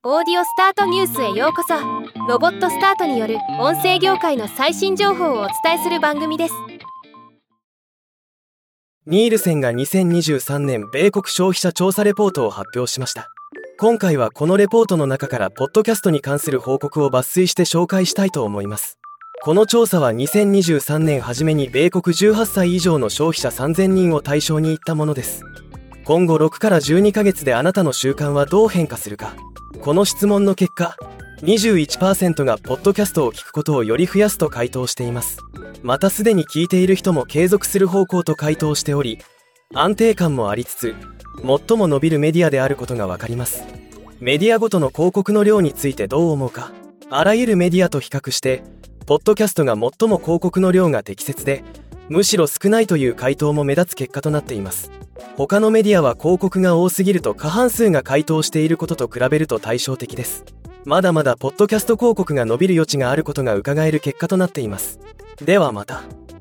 オーディオスタートニュースへようこそ。ロボットスタートによる音声業界の最新情報をお伝えする番組です。 ニールセンが2023年米国消費者調査レポートを発表しました。今回はこのレポートの中からポッドキャストに関する報告を抜粋して紹介したいと思います。この調査は2023年初めに米国18歳以上の消費者3000人を対象に言ったものです。今後6から12ヶ月であなたの習慣はどう変化するか。この質問の結果、21% がポッドキャストを聞くことをより増やすと回答しています。またすでに聞いている人も継続する方向と回答しており、安定感もありつつ最も伸びるメディアであることがわかります。メディアごとの広告の量についてどう思うか。あらゆるメディアと比較してポッドキャストが最も広告の量が適切で、むしろ少ないという回答も目立つ結果となっています。他のメディアは広告が多すぎると過半数が回答していることと比べると対照的です。まだまだポッドキャスト広告が伸びる余地があることが伺える結果となっています。ではまた。